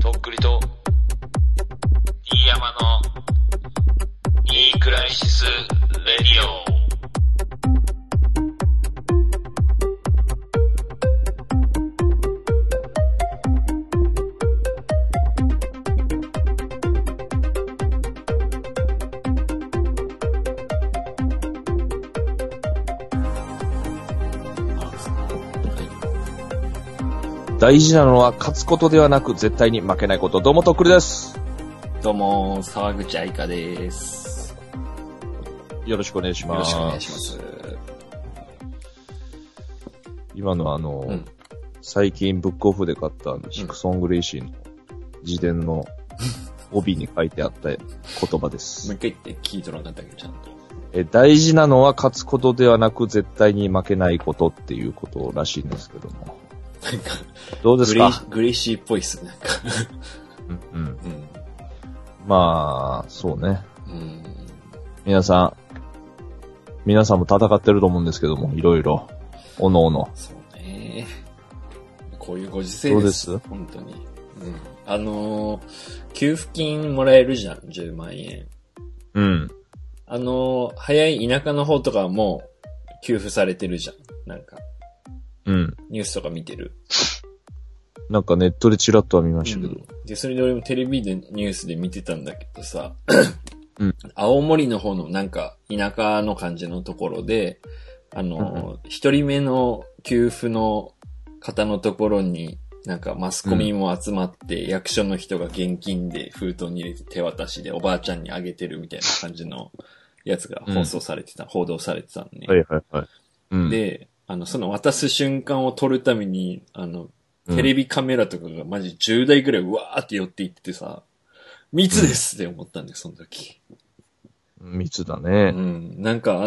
とっくりと、飯山の、いいクライシス・レディオ。 大事なのは勝つことではなく絶対に負けないこと。どうもとっくりです。 どうも沢口愛香です。 よろしくお願いします。 よろしくお願いします。 今の最近ブックオフで買ったヒクソン・グレイシーの自伝の帯に書いてあった言葉です。 もう一回言って聞いとらなかったけどちゃんと。 大事なのは勝つことではなく絶対に負けないことっていうことらしいんですけども。 なんかどうですか？ グレイシーっぽいっすなんかうん。まあそうね。皆さんも戦ってると思うんですけども、いろいろおのおの。 そうね。こういうご時世です。 どうです？ 本当に。給付金もらえるじゃん、10万円。 うん。 早い田舎の方とかはもう給付されてるじゃん。なんか。 うん。 ニュースとか見てる？ なんかネットでチラッとは見ましたけど。 で、それで俺もテレビでニュースで見てたんだけどさ、 青森の方のなんか田舎の感じのところで、一人目の給付の方のところに、なんかマスコミも集まって、役所の人が現金で封筒に入れて手渡しでおばあちゃんにあげてるみたいな感じのやつが報道されてたのね。 はいはいはい。 で、その渡す瞬間を撮るために、テレビカメラとかがマジ10台ぐらいうわーって寄っていってさ、密ですって思ったんだよ、その時。 密だね。 なんか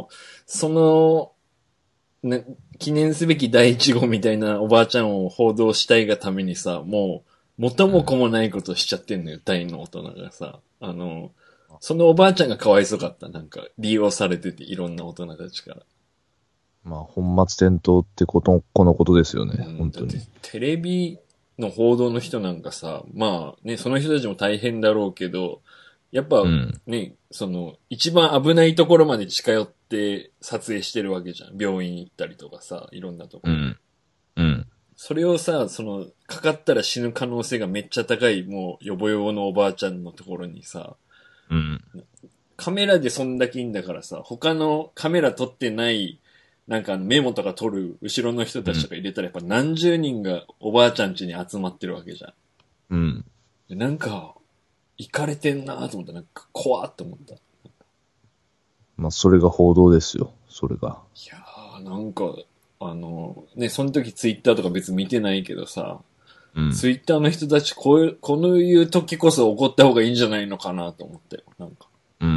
記念すべき第一号みたいなおばあちゃんを報道したいがためにさ、もう、元も子もないことしちゃってんのよ、大の大人がさ。そのおばあちゃんがかわいそうかった。なんか、利用されてて、いろんな大人たちから。 まあ、本末転倒ってこのことですよね、本当に。 テレビの報道の人なんかさ、まあね、その人たちも大変だろうけど、やっぱね、一番危ないところまで近寄って撮影してるわけじゃん。病院行ったりとかさ、いろんなところ。それをさ、かかったら死ぬ可能性がめっちゃ高い、もう、ヨボヨボのおばあちゃんのところにさ、カメラでそんだけいいんだからさ、他のカメラ撮ってない、なんかメモとか撮る後ろの人たちとか入れたらやっぱ何十人がおばあちゃん家に集まってるわけじゃん。なんか、イカれてんなと思った。なんか怖って思った。 まあ、それが報道ですよ、それが。 いやー、なんか、ね、その時ツイッターとか別に見てないけどさ、ツイッターの人たちこういう時こそ怒った方がいいんじゃないのかなと思ったよ、なんか。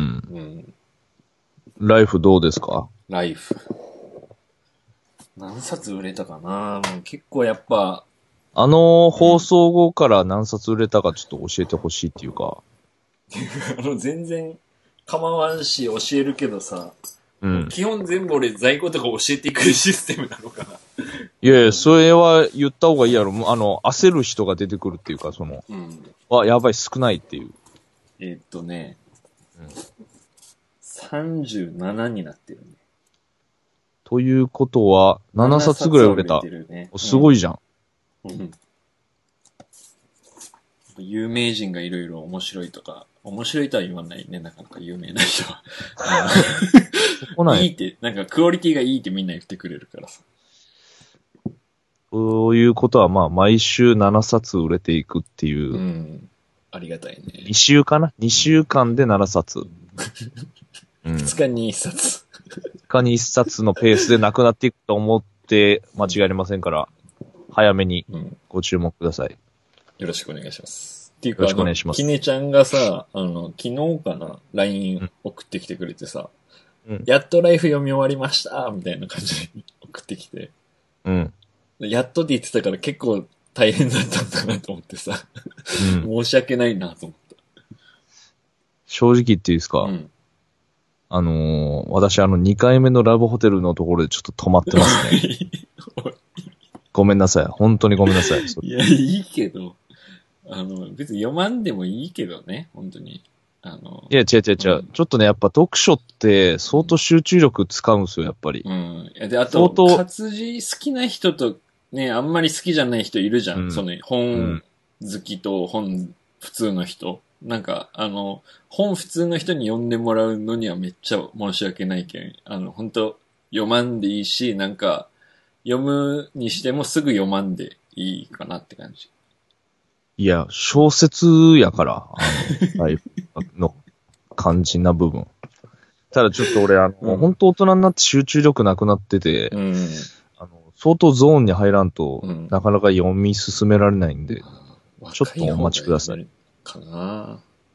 ライフどうですか？ ライフ。何冊売れたかな？もう結構やっぱ。 放送後から何冊売れたかちょっと教えてほしいっていうか。 全然構わんし教えるけどさ、基本全部俺在庫とか教えていくシステムなのかな。 いやいや、それは言った方がいいやろ。焦る人が出てくるっていうか、やばい、少ないっていう。 37になってるね。 ということは、7冊ぐらい売れた。すごいじゃん。 有名人がいろいろ面白いとか、面白いとは言わないね、なかなか有名な人は。いいって、なんかクオリティがいいってみんな言ってくれるからさ。 そういうことは、まあ、毎週7冊売れていくっていう。 ありがたいね。 2週かな ?2 週間で7冊。 2日に1冊。 2日に1冊のペースでなくなっていくと思って間違いありませんから、早めにご注目ください。 よろしくお願いします。っていうか、 よろしくお願いします。 きねちゃんがさ、昨日かな ?LINE 送ってきてくれてさ、やっとライフ読み終わりましたみたいな感じで送ってきて。やっとって言ってたから結構大変だったんだなと思ってさ、申し訳ないなと思った。 正直言っていいですか？私2回目のラブホテルのところでちょっと止まってますね。ごめんなさい。本当にごめんなさい。 いや、いいけど。 別に読まんでもいいけどね、本当に。 いや、違う。ちょっとね、やっぱ読書って相当集中力使うんですよ、やっぱり。 うん。で、あと、活字好きな人とね、あんまり好きじゃない人いるじゃん。その、本好きと本普通の人。なんか、本普通の人に読んでもらうのにはめっちゃ申し訳ないけん。本当読まんでいいし、なんか、読むにしてもすぐ読まんでいいかなって感じ。 いや、小説やから、ライフの肝心な部分。ただちょっと俺、本当大人になって集中力なくなってて、相当ゾーンに入らんと、なかなか読み進められないんで、ちょっとお待ちください。 かな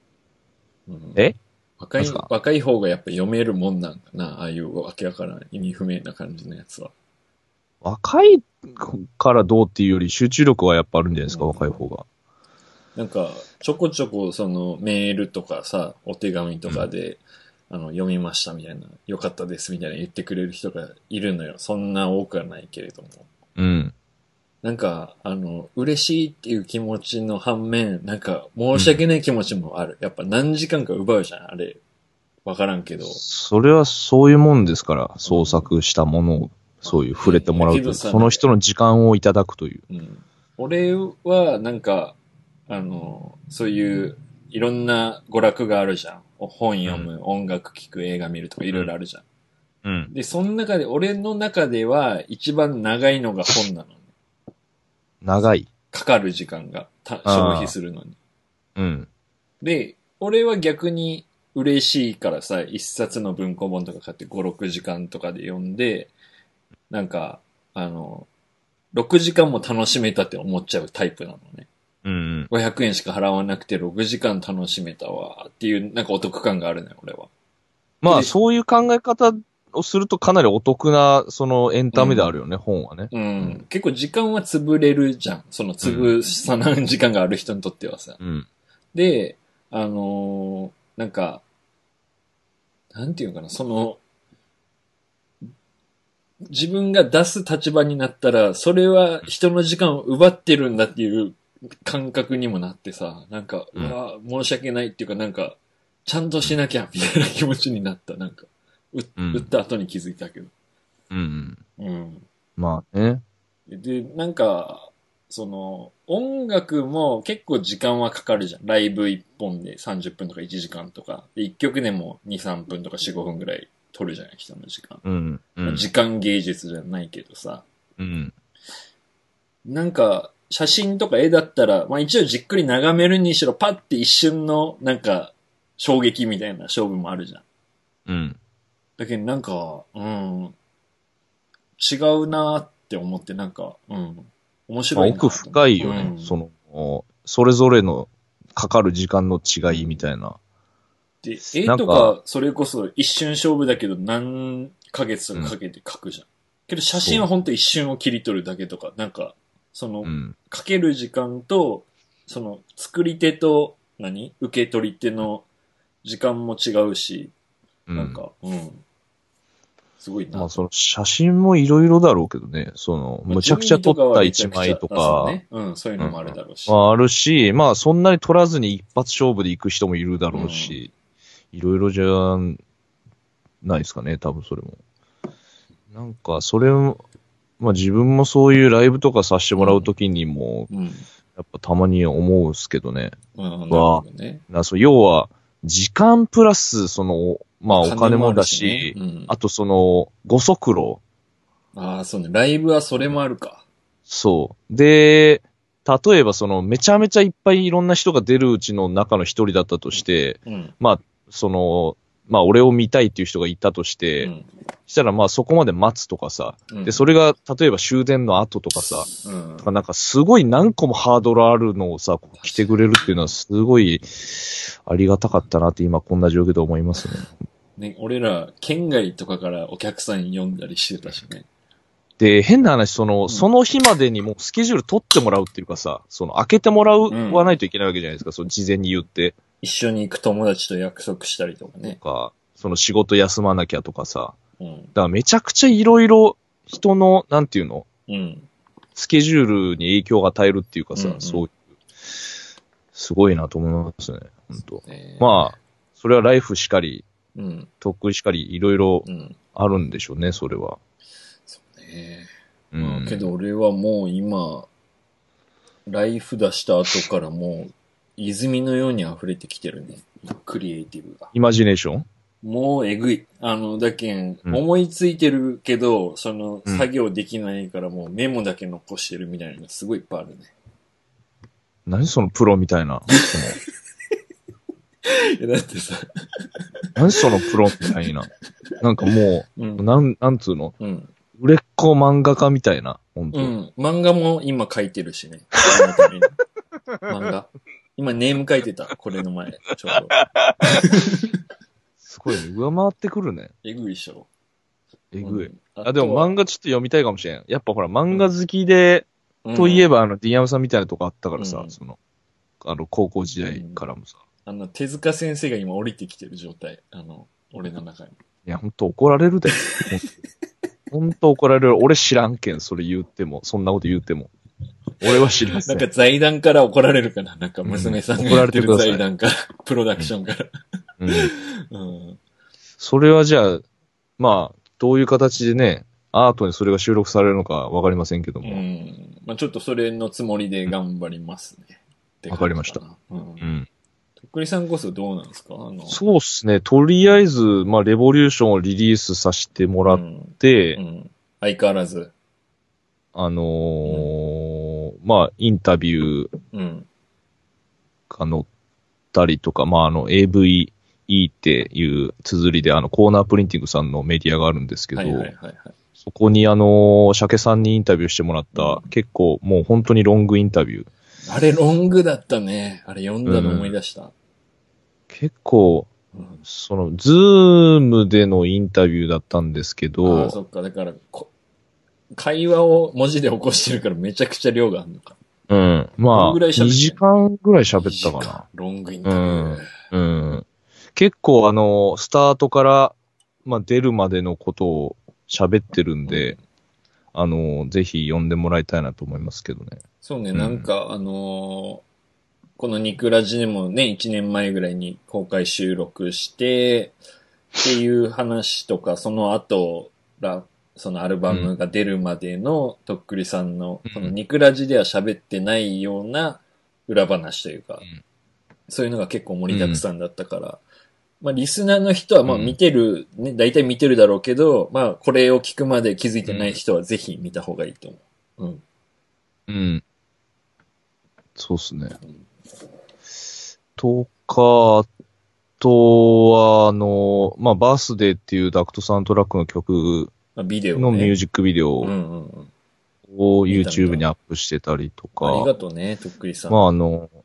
若い方がやっぱ読めるもんなんかな、ああいうわけわからん意味不明な感じのやつは。 若いからどうっていうより集中力はやっぱあるんじゃないですか、若い方が。 なんか、ちょこちょこそのメールとかさ、お手紙とかで、読みましたみたいな、よかったですみたいな言ってくれる人がいるのよ。そんな多くはないけれども。 うん。 なんか、嬉しいっていう気持ちの反面、なんか、申し訳ない気持ちもある。やっぱ何時間か奪うじゃん、あれ。わからんけど。 それはそういうもんですから、創作したものを、そういう触れてもらうと、その人の時間をいただくという。 俺は、なんか、そういう、いろんな娯楽があるじゃん。本読む、音楽聴く、映画見るとかいろいろあるじゃん。で、その中で、俺の中では一番長いのが本なのね。 長い。 かかる時間が、消費するのに。で、俺は逆に嬉しいからさ、一冊の文庫本とか買って5、6時間とかで読んで、なんか、6時間も楽しめたって思っちゃうタイプなのね。500円しか払わなくて6時間楽しめたわっていうなんかお得感があるね、俺は。 まあそういう考え方をするとかなりお得なそのエンタメであるよね、本はね。 結構時間は潰れるじゃん。その潰さない時間がある人にとってはさ。で、なんか、なんていうかな、その、自分が出す立場になったら、それは人の時間を奪ってるんだっていう感覚にもなってさ、なんか、うわ申し訳ないっていうか、なんか、ちゃんとしなきゃ、みたいな気持ちになった。なんか、打った後に気づいたけど。 まあね。 で、なんか、その、音楽も結構時間はかかるじゃん。ライブ1本で30分とか1時間とか。で、1曲でも2、3分とか4、5分ぐらい取るじゃない、人の時間。時間芸術じゃないけどさ。なんか、写真とか絵だったら、まあ一応じっくり眺めるにしろ、パッて一瞬の、なんか、衝撃みたいな勝負もあるじゃん。だけどなんか、違うなーって思って、なんか、面白いな。 奥深いよね。その、それぞれのかかる時間の違いみたいな。 で、絵とか、それこそ一瞬勝負だけど何ヶ月とかかけて描くじゃん。けど写真はほんと一瞬を切り取るだけとか、なんか、その、かける時間と、その、作り手と、受け取り手の時間も違うし、なんか、すごいな。 まあその写真もいろいろだろうけどね、その、むちゃくちゃ撮った一枚とか、 そういうのもあるだろうし。 あるし、まあそんなに撮らずに一発勝負で行く人もいるだろうし、いろいろじゃないですかね、多分それも。なんか、それも、まあ自分もそういうライブとかさせてもらうときにも、やっぱたまに思うっすけどね。要は、時間プラス、その、まあお金もだし、あとその、ご足労。 ああ、そうね。ライブはそれもあるか。 そう。で、例えばその、めちゃめちゃいっぱいいろんな人が出るうちの中の一人だったとして、まあ、その、まあ俺を見たいっていう人がいたとして、したらまあそこまで待つとかさ、で、それが例えば終電の後とかさ、とかなんかすごい何個もハードルあるのをさ、来てくれるっていうのはすごいありがたかったなって今こんな状況で思いますね。 ね、俺ら県外とかからお客さん呼んだりしてたしね。 で、変な話、その日までにもうスケジュール取ってもらうっていうかさ、開けてもらわないといけないわけじゃないですか、その事前に言って。 一緒に行く友達と約束したりとかね。 とか、その仕事休まなきゃとかさ。だからめちゃくちゃいろいろ人の、なんていうの、スケジュールに影響が与えるっていうかさ、そういう。 すごいなと思いますね、本当。 ね、 まあ、それはライフしかり、 うん。 得意しかり、いろいろうん。 あるんでしょうね、それは。 そうね。 うん。 まあ、けど俺はもう今、ライフ出した後からもう、泉のように溢れてきてるね。クリエイティブが。 イマジネーション？ もうえぐい。だけん、 うん思いついてるけど、 うん作業できないからもうメモだけ残してるみたいなのすごいいっぱいあるね。 何そのプロみたいな。 いやだってさ、 何そのプロみたいな。なんかもうう、 ん。 なんつうの、 うん。 売れっ子漫画家みたいな、本当。 うん。漫画も今書いてるしね。あのために漫画。今ネーム書いてた。これの前。ちょうど。 すごいね。上回ってくるね。 えぐいっしょ。 えぐい。 うんあ、でも漫画画ちょっと読みたいかもしれん。やっぱほら、漫画好きで、といえばディアムさんみたいなとこあったからさ、 うん高校時代からもさ。 手塚先生が今降りてきてる状態。俺の中に。 いや、ほんと怒られるで。ほんと怒られる。俺知らんけん、それ言っても。そんなこと言っても。俺は知りません。 なんか財団から怒られるかな。なんか娘さんがやってる財団から、プロダクションから。 うん。 うん。 それはじゃあ、まあ、どういう形でね、アートにそれが収録されるのかわかりませんけどうも。 ん。まあちょっとそれのつもりで頑張りますね。 わかりました。 うん。 うん。 とっくりさんこそどうなんですかそうっすね。とりあえず、まあ、レボリューションをリリースさせてもらっうんて、 相変わらず。 まあ、インタビューうん。 が載ったりとか、まあ、AVE っていう綴りで、コーナープリンティングさんのメディアがあるんですけど、 はいはいはいはい。 そこに鮭さんにインタビューしてもらった、 うん結構もう本当にロングインタビュー。 あれロングだったね。あれ読んだの思い出した。 結構、 うんズームでのインタビューだったんですけあどあ、、そっか。だから会話を文字で起こしてるからめちゃくちゃ量があるのか。 うん。まあ、 どんぐらい喋ってんの 2時間ぐらい喋ったかな。 ロングインタビュー。 うん。結構スタートから、まあ出るまでのことを喋ってるんで、ぜひ読んでもらいたいなと思いますけどね。 そうね、 うんなんかこのニクラジでもね、1年前ぐらいに公開収録して、っていう話とか、その後そのアルバムが出るまでのとっくりさんの、このニクラジでは喋ってないような裏話というか、そういうのが結構盛りだくさんだったから、まあリスナーの人はまあ見てる、ね、大体見てるだろうけど、まあこれを聞くまで気づいてない人はぜひ見た方がいいと思う。うん。 うん。そうっすね。とか、あとは、まあ、バースデーっていうダクトサウンドトラックの曲まあ、ビデオ、ね、 のミュージックビデオうんうんうんを YouTube にアップしてたりとか。 ありがとうね、とっくりさん。 まあ、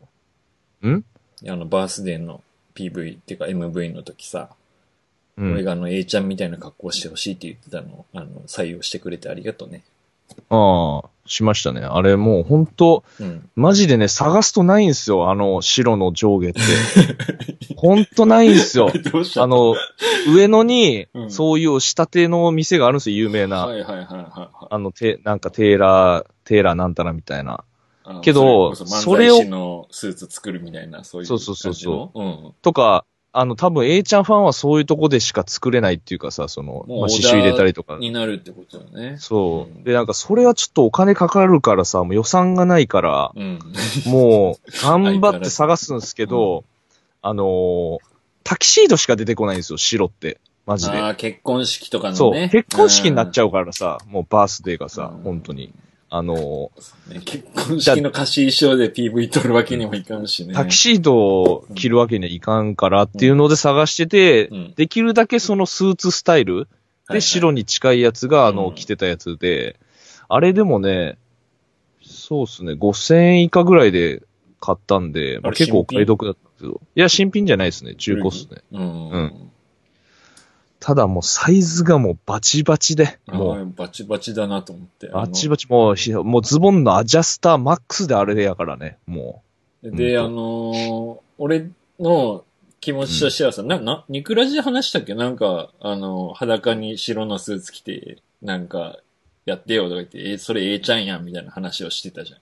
バースデーの PV っていうか MV の時さ、 うん俺がA ちゃんみたいな格好してほしいって言ってたの、採用してくれてありがとうね。 ああ、しましたね。あれもう本当マジでね、探すとないんですよ。白の上下って。本当ないんですよ。 どうした上野に、 うんそういう仕立ての店があるんですよ、有名な。 はいはいはいはい。 なんかテーラーなんたらみたいな。 あけどそそれをれこそ漫才師のスーツ作るみたいな、そういう感じの。 そうそううん。 とか、多分 A ちゃんファンはそういうとこでしか作れないっていうかさ、まあ、刺繍入れたりとか。 になるってことだね。 そう。で、なんかそれはちょっとお金かかるからさ、もう予算がないから、 うん。 もう頑張って探すんですけど、タキシードしか出てこないんですよ、白って。マジで。 ああ、結婚式とかのね。 そう。結婚式になっちゃゃうからさ、もうバースデーがさ、 うん本当に。 結婚式の貸し衣装で PV 撮るわけにもいかんしね。 タキシードを着るわけにはいかんからっていうので探してて、 うんできるだけそのスーツスタイルはいはでい白に近いやつが、 うん着てたやつで、あれでもね、そうっすね、5000円以下ぐらいで買ったんで、まあ、 あれ結構お買い得だったんですけど。いや、新品じゃないですね、中古っすね。 うん。 うんただもうサイズがもうバチバチで、もう、 バチバチだなと思って。 バチバチ、もうズボンのアジャスターマックスであれでやからね、もで、俺の気持ちとしてはさ、ニクラジで話したっけなんか、裸に白のスーツ着て、なんか、やってよとか言って、それ A ちゃんやんみたいな話をしてたじゃん。この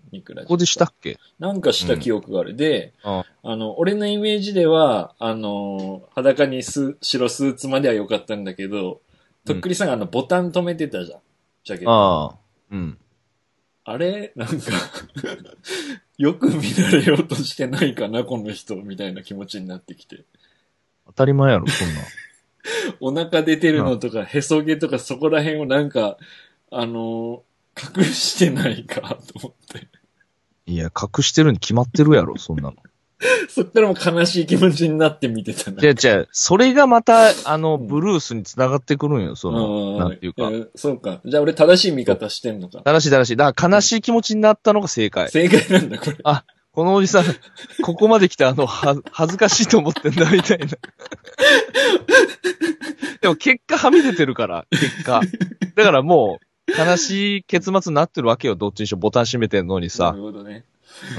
ニクラジ。 ここでしたっけ？ なんかした記憶がある。で、 あ俺のイメージでは、裸に白スーツまでは良かったんだけど、とっくりさんがボタン止めてたじゃん。ジャケット。 ああ。うん。 あれなんかよく見られようとしてないかな、この人、みたいな気持ちになってきて。 当たり前やろ、そんな。 お腹出てるのとか、へそ毛とかそこら辺をなんか、隠してないかと思って。 いや、隠してるに決まってるやろ、そんなの。 そっからも悲しい気持ちになって見てたな。 違う、それがまた、ブルースに繋がってくるんよ、なんていうか。 そうか。じゃあ俺正しい見方してんのか。 正しい。だから悲しい気持ちになったのが正解。 正解なんだ、これ。 あ、このおじさん、ここまで来て恥ずかしいと思ってんだ、みたいな。でも結果はみ出てるから、結果。だからもう、悲しい結末になってるわけよ、どっちにしろボタン閉めてんのにさ。 なるほどね。 うん。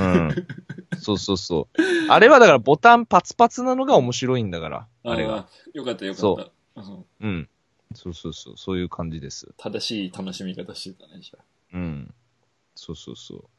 そう。あれはだからボタンパツパツなのが面白いんだから、あれが。 よかった。 そう。うん。そういう感じです。 正しい楽しみ方してたね、じゃあ。 うん。そう。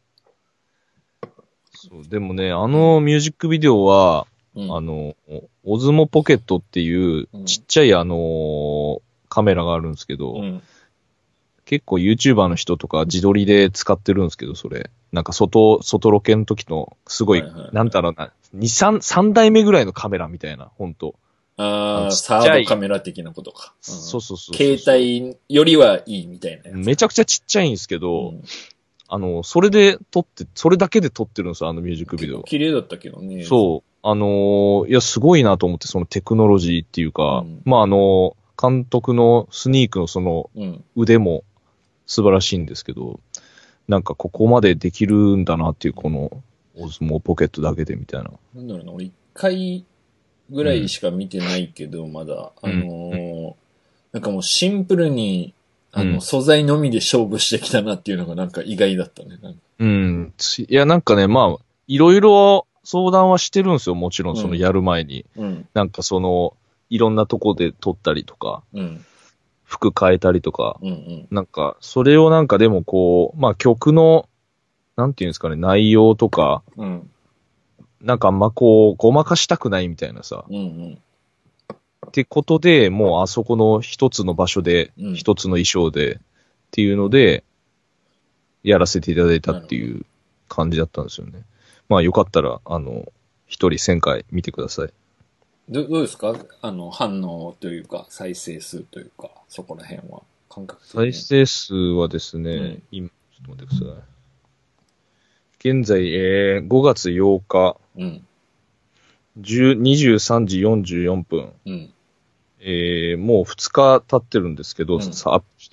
でもね、ミュージックビデオは、オズモポケットっていうちっちゃいカメラがあるんですけど、結構 YouTuber の人とか自撮りで使ってるんですけど、それ。なんか外ロケの時のすごい、なんだろうな、3代目ぐらいのカメラみたいな、ほんと。 サードカメラ的なことか。 そう。 携帯よりはいいみたいなやつ。 めちゃくちゃちっちゃいんですけど、それでそれだけで撮ってるんですよ、ミュージックビデオ。 綺麗だったけどね。 そう。いや、すごいなと思って、そのテクノロジーっていうか、まあ監督のスニークのその腕も素晴らしいんですけど、なんかここまでできるんだなっていう、このオズモポケットだけでみたいな。 なんだろうな、俺1回ぐらいしか見てないけど、まだ、なんかもうシンプルに、素材のみで勝負してきたなっていうのがなんか意外だったね。 いや、なんかね、まあ、いろいろ相談はしてるんですよ、もちろん、そのやる前に。なんかいろんなとこで撮ったりとか、服変えたりとか、なんか、それをなんかでもこう、まあ曲の、なんていうんですかね、内容とか、なんかあんまこう、ごまかしたくないみたいなさ、ってことで、もうあそこの一つの場所で、一つの衣装で、っていうので、やらせていただいたっていう感じだったんですよね。まあよかったら、一人1000回見てください。 どうですか？反応というか、再生数というか、そこら辺は、感覚的に。 再生数はですね、今、ちょっと待ってください。現在、5月8日、23時44分、もう2日経ってるんですけど、アップして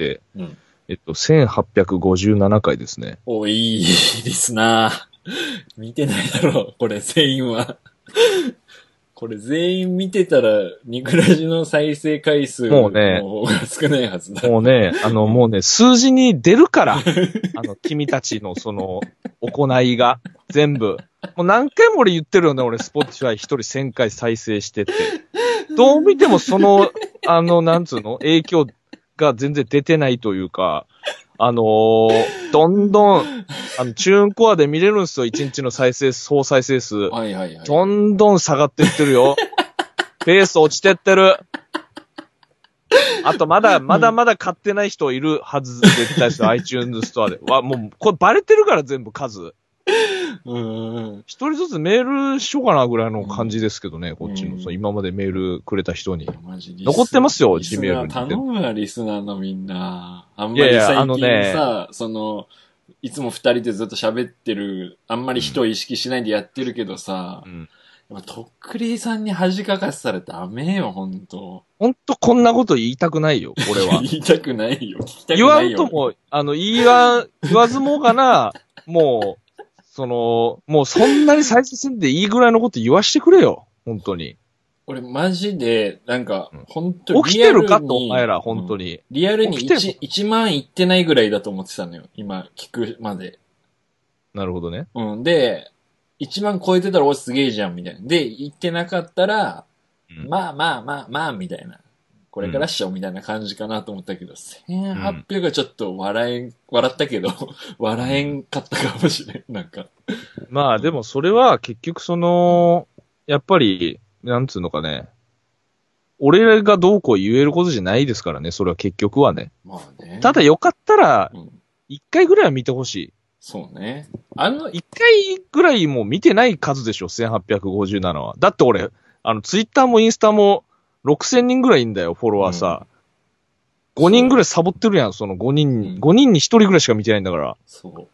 、1857回ですね。 いいですな見てないだろう、これ全員は。これ全員見てたら、ニクラジの再生回数の方が少ないはずだ。 もうね、数字に出るから。君たちの行いが、全部。もう何回も俺言ってるよね、俺、スポティファイ一人1000回再生してって。どう見てもなんつうの影響が全然出てないというか、どんどん、チューンコアで見れるんですよ、1日の総再生数。どんどん下がってってるよ。ペース落ちてってる。あと、まだ買ってない人いるはず、絶対ですiTunes ストアで。もう、これバレてるから全部数。一人ずつメールしようかなぐらいの感じですけどね、こっちの。今までメールくれた人に。残ってますよ、G メールに。 頼むわ、リスナーのみんな。あんまり最近さ、いつも二人でずっと喋ってる、あんまり人を意識しないでやってるけどさ、やっぱとっくりさんに恥かかせたらダメよ、ほんと。 ほんとこんなこと言いたくないよ、俺は。 言いたくないよ、聞きたくないよ。 言わんとも、言わずもがな、もうそんなに再生するんでいいぐらいのこと言わしてくれよ、本当に。 俺マジで、なんか、本当に。起きてるかと、お前ら、本当に。 リアルに1万いってないぐらいだと思ってたのよ、今、聞くまで。 なるほどね。 で、1万超えてたらおすげえじゃん、みたいな。で、言ってなかったら、まあ、みたいなこれからっしょみたいな感じかなと思ったけど、1800はちょっと笑ったけど、笑えんかったかもしれん。なんか。 まあでもそれは結局やっぱり、なんつうのかね、俺がどうこう言えることじゃないですからね、それは結局はね。 まあね。 ただよかったら、一回ぐらいは見てほしい。 そうね。 一回ぐらいも見てない数でしょ、1857は。だって俺、ツイッターもインスタも6000人ぐらいいんだよ、フォロワーさ。5人ぐらいサボってるやん、その5人に。5人に1人ぐらいしか見てないんだから。 そう。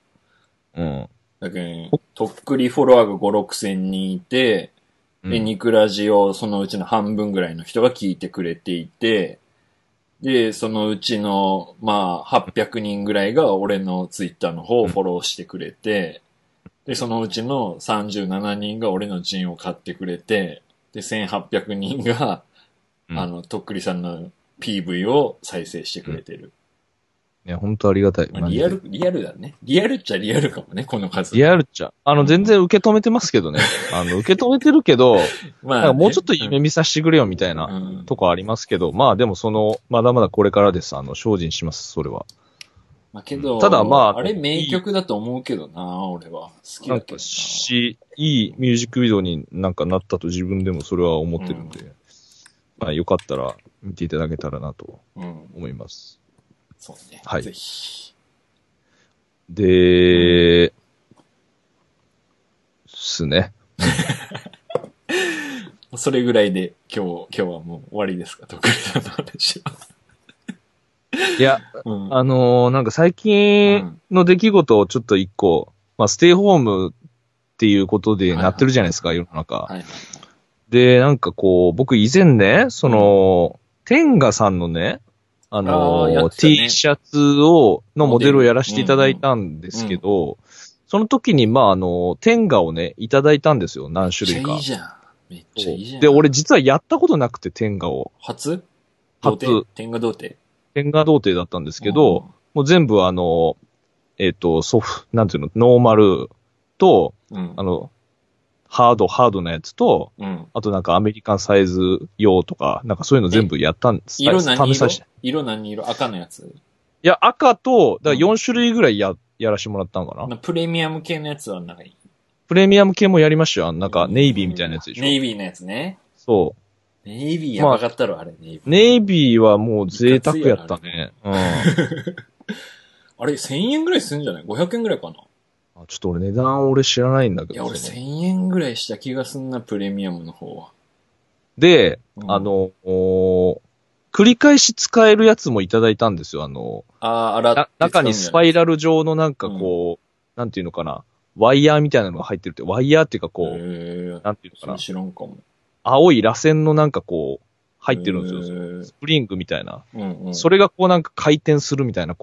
うん。 だけど、とっくりフォロワーが5、6000人いて、で、ニクラジをそのうちの半分ぐらいの人が聞いてくれていて、で、そのうちの、まあ、800人ぐらいが俺のツイッターの方をフォローしてくれて、で、そのうちの37人が俺のジンを買ってくれて、で、1800人が、とっくりさんの PV を再生してくれてる。 いや、本当ありがたい。 まあ、リアルだね。リアルっちゃリアルかもね、この数。 リアルっちゃ。全然受け止めてますけどね。受け止めてるけど、まあ、ね、もうちょっと夢見させてくれよみたいなとこありますけど、まあでもまだまだこれからです。精進します、それは。 まあけど、 ただまあ、 あれ名曲だと思うけどな、俺は。好きだけどな。 いいミュージックビデオになったと自分でもそれは思ってるんで、まあよかったら見ていただけたらなと思います。 そうね。 はい。 ぜひ。 すね。 それぐらいで今日はもう終わりですか、徳利さんの話は。 いや、なんか最近の出来事をちょっと一個、まあステイホームっていうことでなってるじゃないですか、世の中。で、なんか僕以前ね、天下さんのね、T シャツのモデルをやらせていただいたんですけど、その時に、まあ、天下をね、いただいたんですよ、何種類か。 めっちゃいいじゃん。めっちゃいいじゃん。 で、俺実はやったことなくて、天下を。 初。天下童貞天下童貞だったんですけど、もう全部なんていうの、ノーマルと、ハードなやつと、あとなんかアメリカンサイズ用とか、なんかそういうの全部やったんです。 色何色赤のやつ？ いや、赤と、だから4種類ぐらいやらしてもらったのかな。 プレミアム系のやつはない？ プレミアム系もやりましたよ。なんかネイビーみたいなやつでしょ。 ネイビーのやつね。 そう。 ネイビーやばかったろ、あれ。 ネイビーはもう贅沢やったね。うん。 あれ、1000円ぐらいするんじゃない？ 500 円ぐらいかな。 ちょっと値段知らないんだけど。 いや、俺1000円ぐらいした気がすんな、プレミアムの方は。 で、繰り返し使えるやつもいただいたんですよ。 洗って中にスパイラル状のなんかなんていうのかな、ワイヤーみたいなのが入ってるって、ワイヤーっていうかなんていうのかな。 知らんかも。 青い螺旋のなんか入ってるんですよ。スプリングみたいな。それがなんか回転するみたいな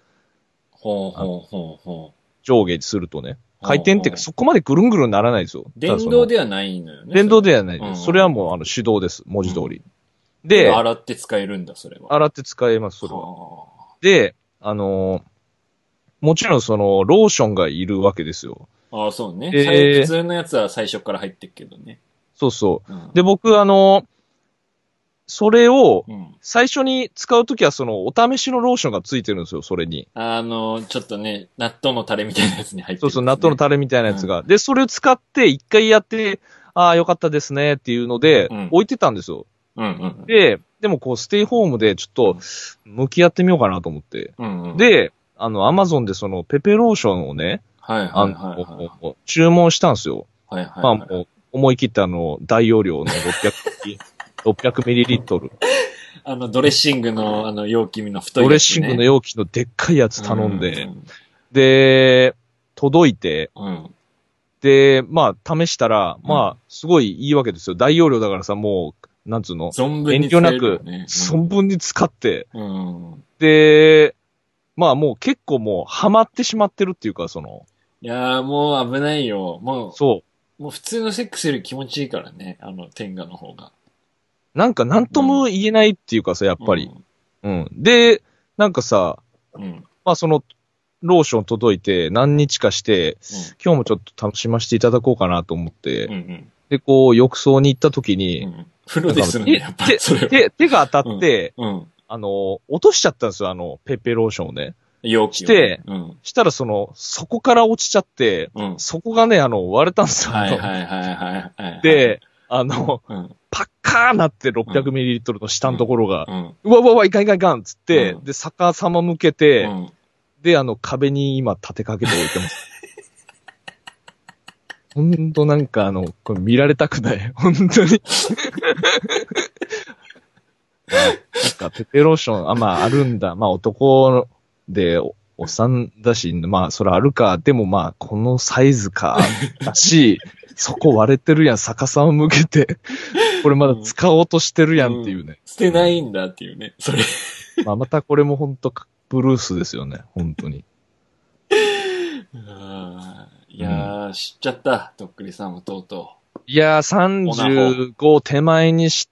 上下するとね。回転っていうか、そこまでぐるんぐるんならないですよ。 電動ではないのよね。 電動ではないです。それはもう手動です。文字通り。で、 洗って使えるんだ、それは。 洗って使えます、それは。で、もちろんローションがいるわけですよ。 ああ、そうね。普通のやつは最初から入ってるけどね。 そうそう。で、僕それを、最初に使うときはお試しのローションがついてるんですよ、それに。 ちょっとね、納豆のタレみたいなやつに入ってる、ね。 そうそう、納豆のタレみたいなやつが。で、それを使って一回やって、ああ、よかったですねっていうので、置いてたんですよ。でもステイホームでちょっと、向き合ってみようかなと思って。で、アマゾンでペペローションをね、注文したんですよ。まあもう、思い切って大容量の600ミリリットル。 ドレッシングの容器の太いやつ、ね。 ドレッシングの容器のでっかいやつ頼んで、で、届いて、で、まあ、試したら、まあ、すごいいいわけですよ。大容量だからさ、もう、なんつうの、遠慮なく、存分に使って、で、まあもう結構もうハマってしまってるっていうか、 いやーもう危ないよ。もう普通のセックスより気持ちいいからね、天下の方が。 なんかなんとも言えないっていうかさ、やっぱり。で、なんかさ、まあローション届いて何日かして、今日もちょっと楽しませていただこうかなと思って、で、浴槽に行った時に、 風呂でするんだ、やっぱ。それは。 手が当たって、 うん。 落としちゃったんですよ、ペペローションをね。 容器を。 して、 うん。 したらそこから落ちちゃって、 うん。 そこがね、割れたんですよ。 はいはいはいはい。 で、 うん。 パッカーなって600ml の下のところが、 うん。 うわうわうわ、いかんいかんいかんっつって、 うん、 で、逆さま向けて、 うん、 で、壁に今立てかけておいてます。ほんとなんかこれ見られたくない。本当に。なんかペペローション、まああるんだ。まあ男でおっさんだし、まあそれあるか。でもまあこのサイズか。だし、そこ割れてるやん。逆さま向けて。これまだ使おうとしてるやんっていうね。 捨てないんだっていうね。それ。 まあまたこれも本当ブルースですよね。本当に。 いやー、知っちゃった。とっくりさんもとうとう。いやー、35手前にして、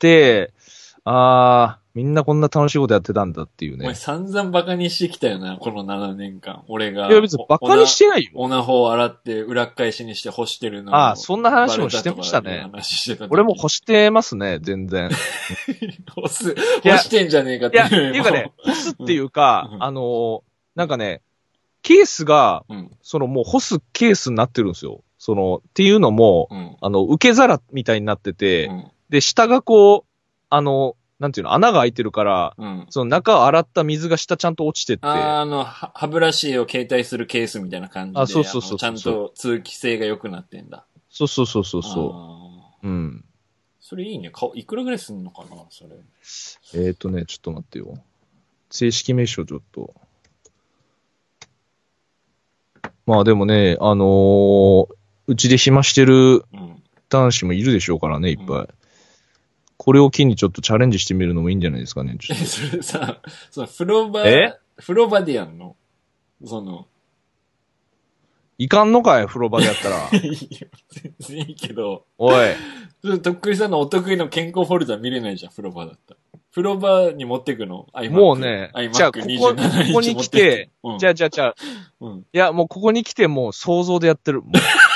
みんなこんな楽しいことやってたんだっていうね。 お前散々バカにしてきたよな、この7年間。俺が。 いや別にバカにしてないよ。 オナホを洗って裏返しにして干してるの。 そんな話もしてましたね。俺も干してますね、全然。 干してんじゃねえかっていう。 いや、っていうかね、干すっていうか、なんかね、ケースが、もう干すケースになってるんですよ。っていうのも、受け皿みたいになってて、で、下がこう、なんていうの、穴が開いてるから、その中を洗った水が下ちゃんと落ちてって。 歯ブラシを携帯するケースみたいな感じで、 そう。 ちゃんと通気性が良くなってんだ。 そう。うん。 それいいね。いくらぐらいすんのかな、それ。 ちょっと待ってよ。正式名称ちょっと。まあでもね、うちで暇してる男子もいるでしょうからね、いっぱい。これを機にちょっとチャレンジしてみるのもいいんじゃないですかね。 それさ、風呂場でやんの？ いかんのかい、風呂場でやったら。 いいよ、全然いいけど。 おい。 とっくりさんのお得意の健康フォルダ見れないじゃん、風呂場だったら。風呂場に持ってくの？ もうね、じゃあここに来て、じゃあ、いや、もうここに来てもう想像でやってる。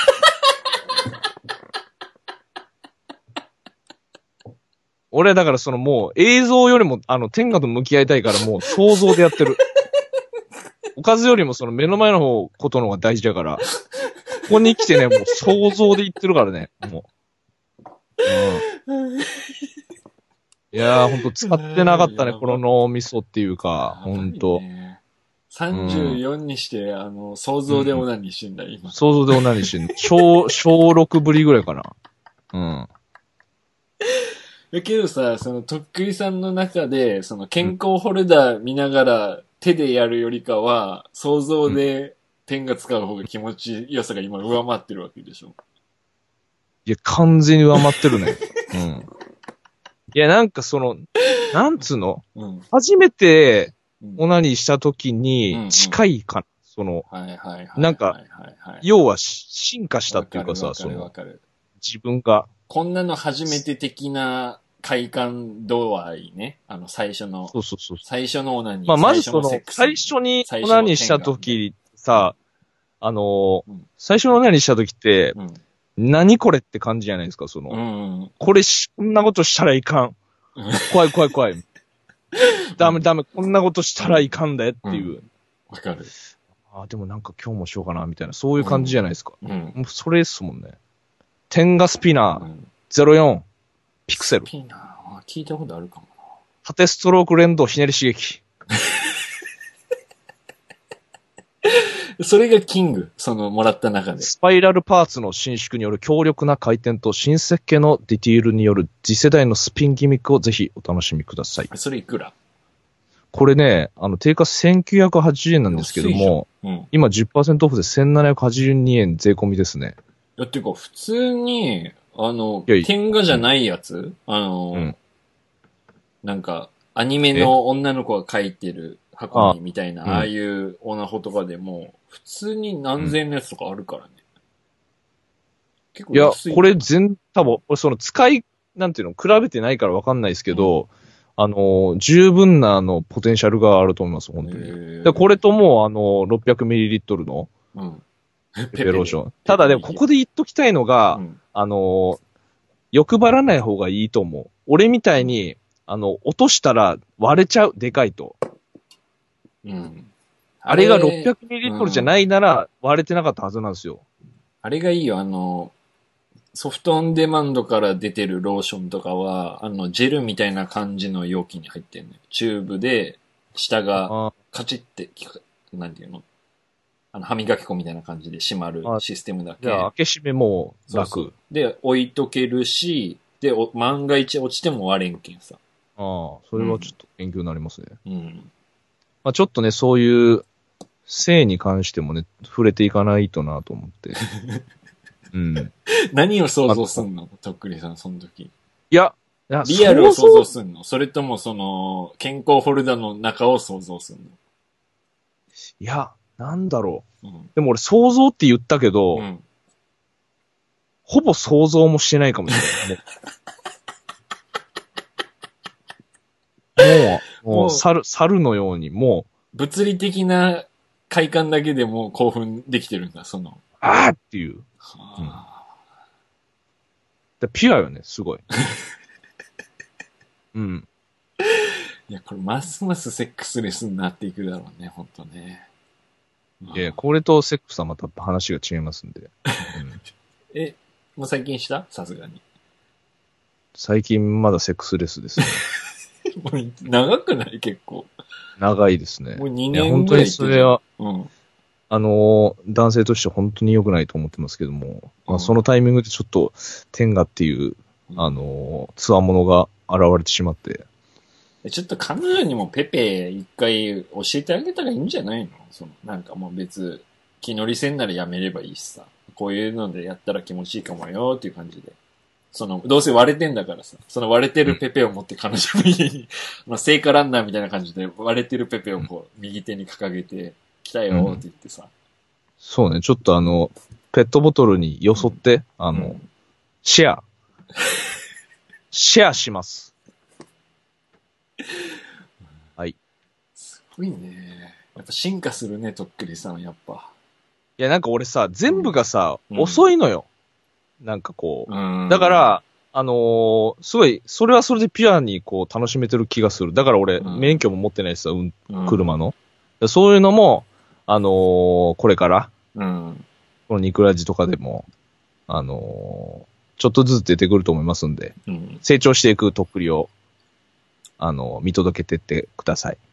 俺だからもう映像よりも天下と向き合いたいからもう想像でやってる。おかずよりも目の前のことの方が大事だから。ここに来てね、もう想像で言ってるからね、もう。いやー、ほんと使ってなかったね、この脳みそっていうか、ほんと。 34にして、想像でオナニーしてんだ、今。 想像でオナニーしてんの。小6ぶりぐらいかな。うん。 だけどさ、とっくりさんの中で、健康ホルダー見ながら手でやるよりかは、想像でペンが使う方が気持ちよさが今上回ってるわけでしょ。 いや、完全に上回ってるね。うん。いや、なんかなんつうの、初めてオナニーした時に近いかな。なんか、要は進化したっていうかさ、自分が。 こんなの初めて的な快感度合いね。最初の。 そう。 最初のオナニー。 まあ、まず最初にオナニーした時さ、最初のオナニーした時って、何これって感じじゃないですか、これこんなことしたらいかん。怖い。ダメ、こんなことしたらいかんだよっていう。 わかる。 でもなんか今日もしようかな、みたいな、そういう感じじゃないですか。もうそれですもんね。天下スピナー、04、ピクセル。 スピナー、聞いたことあるかもな。 縦ストローク連動ひねり刺激。 それがキング、もらった中で。 スパイラルパーツの伸縮による強力な回転と新設計のディティールによる次世代のスピンギミックをぜひお楽しみください。 それいくら？ これね、定価1980円なんですけども、今 10% オフで1782円税込みですね。 いや、てか、普通に、天下じゃないやつ、なんか、アニメの女の子が書いてる箱にみたいな、ああいうオナホとかでも、普通に何千円のやつとかあるからね。結構安い。 いや、これ多分、俺使い、なんていうの、比べてないからわかんないですけど、十分なポテンシャルがあると思います、本当に。でこれとも600ml の、ペペローション。ただでも、ここで言っときたいのが、欲張らない方がいいと思う。 俺みたいに、落としたら割れちゃう、でかいと。 うん。 あれが 600ml じゃないなら割れてなかったはずなんですよ。 あれがいいよ、ソフトオンデマンドから出てるローションとかは、ジェルみたいな感じの容器に入ってんのよ。チューブで、下がカチッて、なんていうの歯磨き粉みたいな感じで閉まるシステムだけ。 じゃあ、開け閉めも楽。 そうで、置いとけるし、で、万が一落ちても割れんけんさ。 ああ、それはちょっと勉強になりますね。 うん。 まあちょっとね、そういう性に関してもね、触れていかないとなと思って。うん。 何を想像すんのとっくりさん、その時。 いや、 リアルを想像すんのそれとも健康フォルダの中を想像すんのいや、なんだろう。 うん、でも俺想像って言ったけど、 うん、 ほぼ想像もしてないかもしれない。もう猿のように、もう。物理的な快感だけでも興奮できてるんだ、 あーっていう。ピュアよね、すごい。うん。 いや、これますますセックスレスになっていくだろうね、ほんとね。 いや、これとセックスはまた話が違いますんで。 もう最近したさすがに。 最近まだセックスレスですね。 もう長くない結構。 長いですね。 もう2年ぐらい。 本当にそれは、 うん、 男性として本当に良くないと思ってますけども、まあ、そのタイミングでちょっと、天下っていう、つわものが現れてしまって。 ちょっと彼女にもペペ一回教えてあげたらいいんじゃないのなんかもう別、気乗りせんならやめればいいしさ。こういうのでやったら気持ちいいかもよっていう感じで。どうせ割れてんだからさ。割れてるペペを持って彼女の家に、聖火ランナーみたいな感じで割れてるペペをこう、右手に掲げて、来たよって言ってさ。 そうね、ちょっとペットボトルによそって、シェアします。はい。 すごいね。やっぱ進化するね、とっくりさん、やっぱ。 いや、なんか俺さ、全部がさ、遅いのよ。なんかこう。だから、すごい、それはそれでピュアにこう楽しめてる気がする。だから俺、免許も持ってないしさ、車の。そういうのも、これから、このニクラジとかでも、ちょっとずつ出てくると思いますんで、成長していくとっくりを、見届けてってください。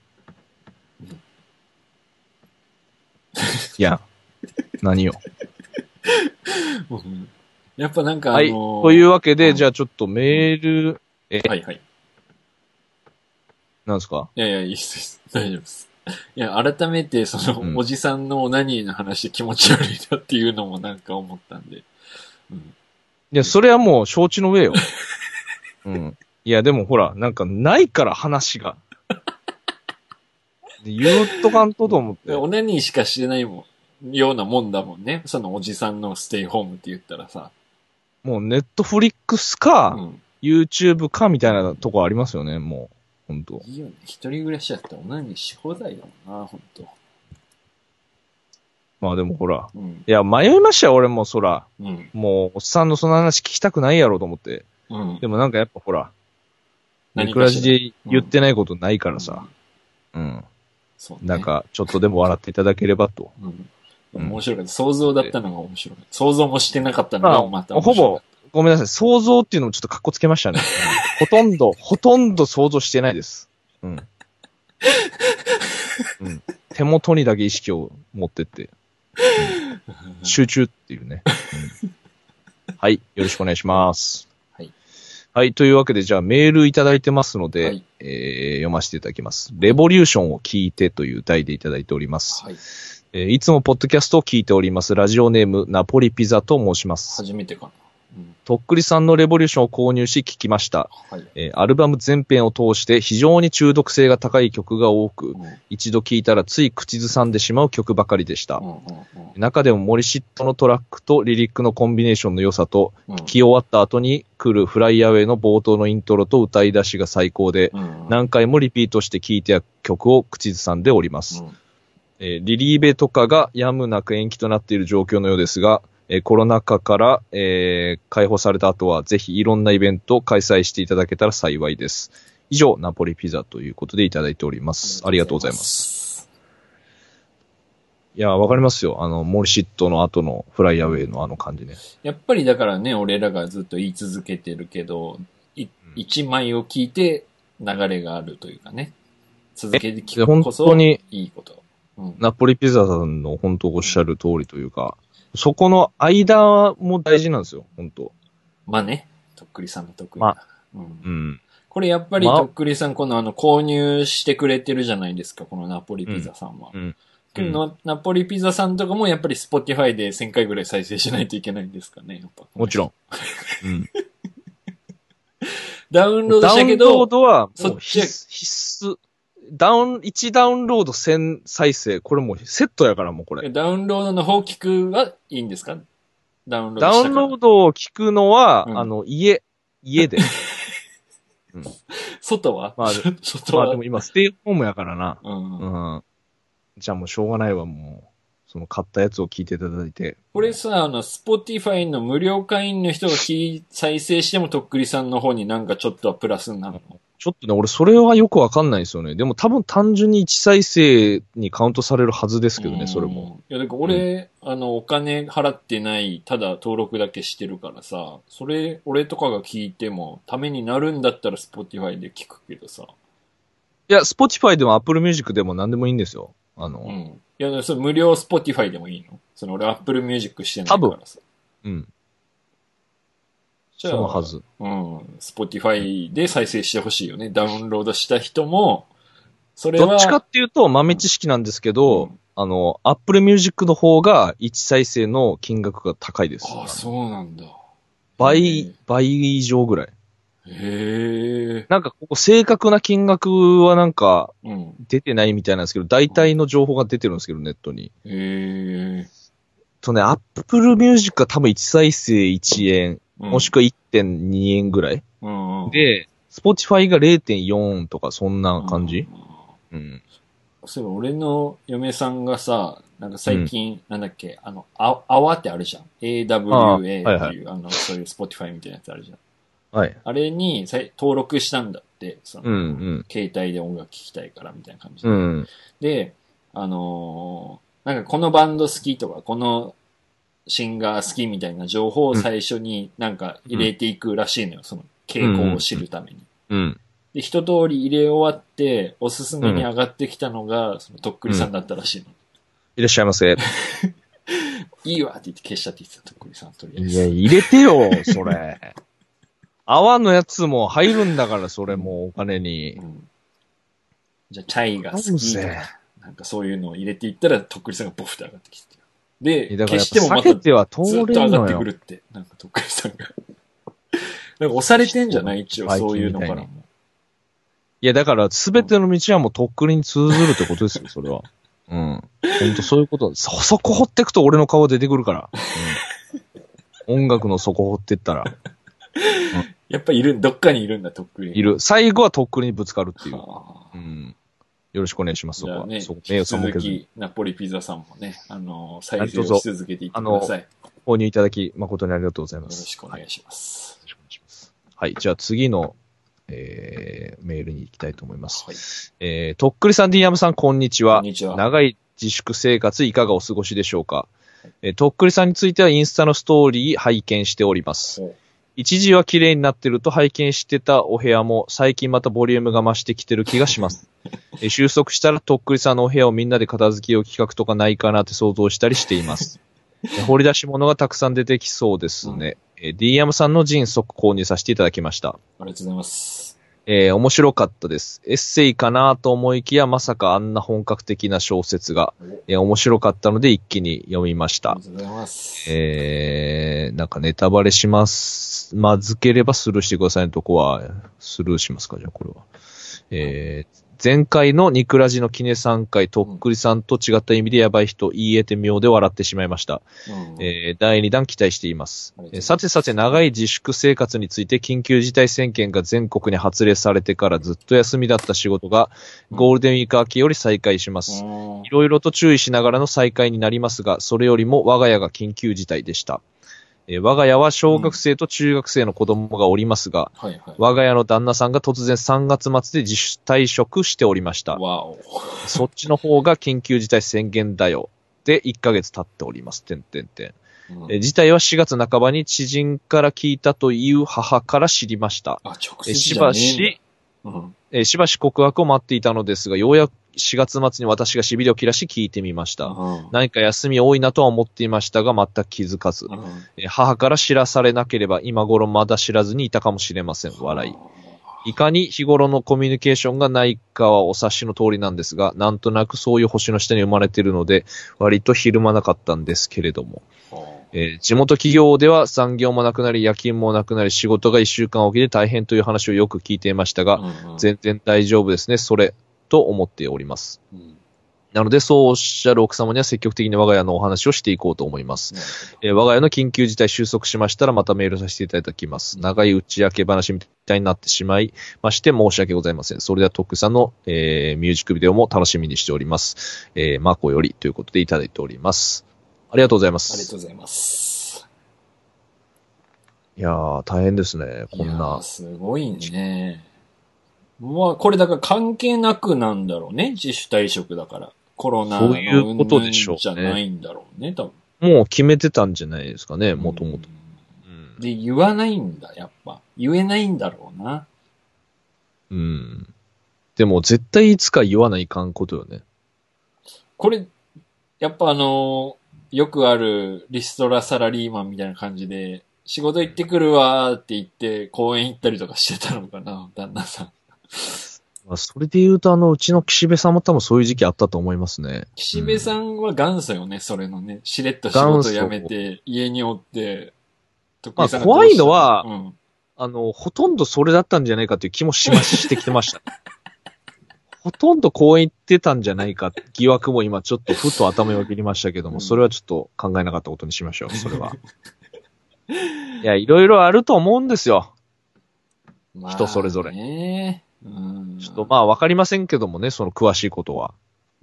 いや、何よ。 やっぱなんかはい。というわけで、じゃあちょっとメール、 はいはい。 なんですか？ いや、いいっす。大丈夫です。いや、改めて、おじさんのオナニーの話で気持ち悪いなっていうのもなんか思ったんで。 いや、それはもう承知の上よ。いや、でもほら、なんかないから話が。言っとかんと思って。 オナニーしかしてないようなもんだもんね。おじさんのステイホームって言ったらさ。 もうネットフリックスか、YouTube かみたいなとこありますよね、もう。ほんと。 いいよね。一人暮らしだったらオナニーし放題だもんな、ほんと。 まあでもほら。いや、迷いましたよ、俺もそら。もう、おっさんのその話聞きたくないやろうと思って。でもなんかやっぱほら。ニクラジで言ってないことないからさ。なんか、ちょっとでも笑っていただければと。 面白かった。想像だったのが面白かった。想像もしてなかったのがまた面白かった。 ほぼ、ごめんなさい。想像っていうのもちょっとカッコつけましたね。ほとんど想像してないです。手元にだけ意識を持ってって。集中っていうね。はい。よろしくお願いします。はい。というわけで、じゃあメールいただいてますので、読ませていただきます。レボリューションを聞いてという題でいただいております。いつもポッドキャストを聞いております。ラジオネーム、ナポリピザと申します。 初めてかな。 とっくりさんのレボリューションを購入し聞きました。アルバム全編を通して非常に中毒性が高い曲が多く、一度聴いたらつい口ずさんでしまう曲ばかりでした。中でもモリシットのトラックとリリックのコンビネーションの良さと、聴き終わった後に来るフライアウェイの冒頭のイントロと歌い出しが最高で、何回もリピートして聴いて曲を口ずさんでおります。リリーベとかがやむなく延期となっている状況のようですが、 コロナ禍から、解放された後は、ぜひいろんなイベントを開催していただけたら幸いです。以上、ナポリピザということでいただいております。ありがとうございます。いや、わかりますよ。モルシットの後のフライアウェイの感じね。 やっぱりだからね、俺らがずっと言い続けてるけど、一枚を聞いて流れがあるというかね。続けて聞くこそいいこと。 ナポリピザさんの本当おっしゃる通りというか、そこの間も大事なんですよ、本当。 まあね、とっくりさんの得意な。 うん。 これやっぱりとっくりさん、この購入してくれてるじゃないですか、このナポリピザさんは。ナポリピザさんとかもやっぱり Spotify で1000回ぐらい再生しないといけないんですかね、やっぱ。 もちろん。うん。 ダウンロードしたけど、 ダウンロードはもう必須。1ダウンロード1000再生、これもうセットやからもうこれ。 ダウンロードの方聞くはいいんですか？ダウンロードしたから。 ダウンロードを聞くのは、家で。 うん、外は外はでも今ステイホームやからな。じゃあもうしょうがないわ、もう。その買ったやつを聞いていただいて。 これさ、Spotify の無料会員の人が再生してもとっくりさんの方になんかちょっとはプラスになるの？ ちょっとね、俺それはよくわかんないですよね。でも多分単純に1再生にカウントされるはずですけどね、それも。 いや、だから俺、お金払ってない、ただ登録だけしてるからさ、それ、俺とかが聞いても、ためになるんだったら Spotify で聞くけどさ。 いや、Spotify でも Apple Music でも何でもいいんですよ。 いや、それ無料 Spotify でもいいの？俺 Apple Music してないからさ。 多分。 じゃあ、 そのはず。 Spotify で再生してほしいよね。ダウンロードした人も、それは。 どっちかっていうと豆知識なんですけど、Apple Music の方が1再生の金額が高いです。 あ、そうなんだ。 倍以上ぐらい。 へえ。 なんかここ正確な金額はなんか出てないみたいなんですけど、大体の情報が出てるんですけど、ネットに。 へえ。 Apple Music が多分1再生1円、もしくは 1.2 円ぐらい。で、Spotify が 0.4 とかそんな感じ。 そういえば俺の嫁さんがさ、なんか最近、なんだっけ、AWA ってあるじゃん。AWA っていう、そういう Spotify みたいなやつあるじゃん。 はい。 あれに登録したんだって、携帯で音楽聴きたいからみたいな感じで。で、なんかこのバンド好きとか、このシンガー好きみたいな情報を最初になんか入れていくらしいのよ、その傾向を知るために。で、一通り入れ終わって、おすすめに上がってきたのが、そのとっくりさんだったらしいの。 いらっしゃいませ。 いいわって言って消したって言ってた、とっくりさんとりあえず。 いや、入れてよ、それ。泡のやつも入るんだから、それもお金に。 じゃあ、チャイが好きとか、なんかそういうのを入れていったら、とっくりさんがボフって上がってきて。で、消してもまたずっと上がってくるって、なんかとっくりさんが。なんか押されてんじゃない一応、そういうのからも。 いや、だから、すべての道はもうとっくりに通ずるってことですよ、それは。ほんとそういうこと。底掘ってくと俺の顔出てくるから。音楽の底掘ってったら。 やっぱいる、どっかにいるんだ、とっくり。 いる。最後はとっくりにぶつかるっていう。よろしくお願いします、そこは。 ね、引き続き、ナポリピザさんもね、再生をし続けていってください。 購入いただき、誠にありがとうございます。 よろしくお願いします。よろしくお願いします。 はい、じゃあ次の、メールに行きたいと思います。はい、とっくりさん、ディアムさん、こんにちは。 こんにちは。 長い自粛生活、いかがお過ごしでしょうか。とっくりさんについてはインスタのストーリー拝見しております。一時は綺麗になってると拝見してたお部屋も最近またボリュームが増してきてる気がします。収束したらとっくりさんのお部屋をみんなで片付けよう企画とかないかなって想像したりしています。掘り出し物がたくさん出てきそうですね。DM さんのジン即購入させていただきました。 ありがとうございます。 面白かったです。エッセイかなと思いきやまさかあんな本格的な小説が、面白かったので一気に読みました。 ありがとうございます。 なんかネタバレします。まずければスルーしてくださいのとこはスルーしますか、じゃあこれは。 前回のニクラジのキネ3回、とっくりさんと違った意味でやばい人、言い得て妙で笑ってしまいました。第2弾期待しています。さてさて長い自粛生活について緊急事態宣言が全国に発令されてからずっと休みだった仕事がゴールデンウィーク明けより再開します。いろいろと注意しながらの再開になりますが、それよりも我が家が緊急事態でした。我が家は小学生と中学生の子供がおりますが、我が家の旦那さんが突然3月末で自主退職しておりました。そっちの方が緊急事態宣言だよ。で、1ヶ月経っております。事態は4月半ばに知人から聞いたという母から知りました。しばし告白を待っていたのですが、ようやく4月末に私がしびれを切らし聞いてみました。何か休み多いなとは思っていましたが、全く気づかず。母から知らされなければ今頃まだ知らずにいたかもしれません。笑い。いかに日頃のコミュニケーションがないかはお察しの通りなんですが、なんとなくそういう星の下に生まれているので、割とひるまなかったんですけれども。地元企業では残業もなくなり、夜勤もなくなり、仕事が1週間おきで大変という話をよく聞いていましたが、全然大丈夫ですね、それ、と思っております。なので、そうおっしゃる奥様には積極的に我が家のお話をしていこうと思います。我が家の緊急事態収束しましたらまたメールさせていただきます。長い打ち明け話みたいになってしまいまして申し訳ございません。それではトックさんの、ミュージックビデオも楽しみにしております。マコよりということでいただいております。ありがとうございます。 ありがとうございます。 いやー、大変ですね、こんな。 すごいね。まあ、これだから関係なくなんだろうね。自主退職だから。コロナのそういうことでしょうね。 じゃないんだろうね、多分。もう決めてたんじゃないですかね、もともと。 で、言わないんだ、やっぱ。言えないんだろうな。 でも、絶対いつか言わないかんことよね。 これ、やっぱよくあるリストラサラリーマンみたいな感じで、仕事行ってくるわーって言って、公園行ったりとかしてたのかな、旦那さん。 まあ、それで言うと、うちの岸辺さんも多分そういう時期あったと思いますね。 岸辺さんは元祖よね、それのね。しれっと仕事辞めて、家におって、 まあ、怖いのは、ほとんどそれだったんじゃないかっていう気もしてきてました。ほとんど公園行ってたんじゃないか、疑惑も今ちょっとふと頭を切りましたけども、それはちょっと考えなかったことにしましょう、それは。いや、いろいろあると思うんですよ。人それぞれ。ちょっとまあわかりませんけどもね、その詳しいことは。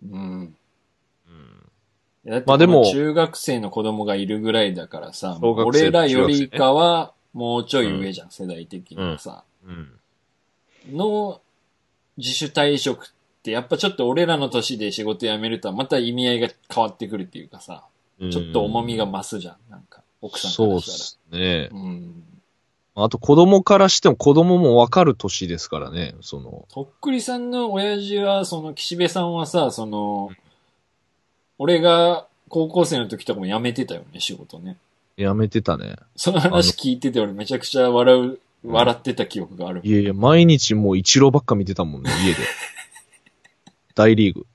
まあでも、中学生の子供がいるぐらいだからさ、俺らよりかはもうちょい上じゃん、世代的にはさ。の自主退職ってやっぱちょっと俺らの年で仕事辞めるとはまた意味合いが変わってくるっていうかさ、ちょっと重みが増すじゃん、なんか、奥さんからしたら。そうですね。 あと子供からしても子供もわかる年ですからね、 とっくりさんの親父は、岸辺さんはさ、俺が高校生の時とかも辞めてたよね、仕事ね。 辞めてたね。 その話聞いてて俺めちゃくちゃ笑ってた記憶がある。 いやいや、毎日もうイチローばっか見てたもんね、家で。大リーグ。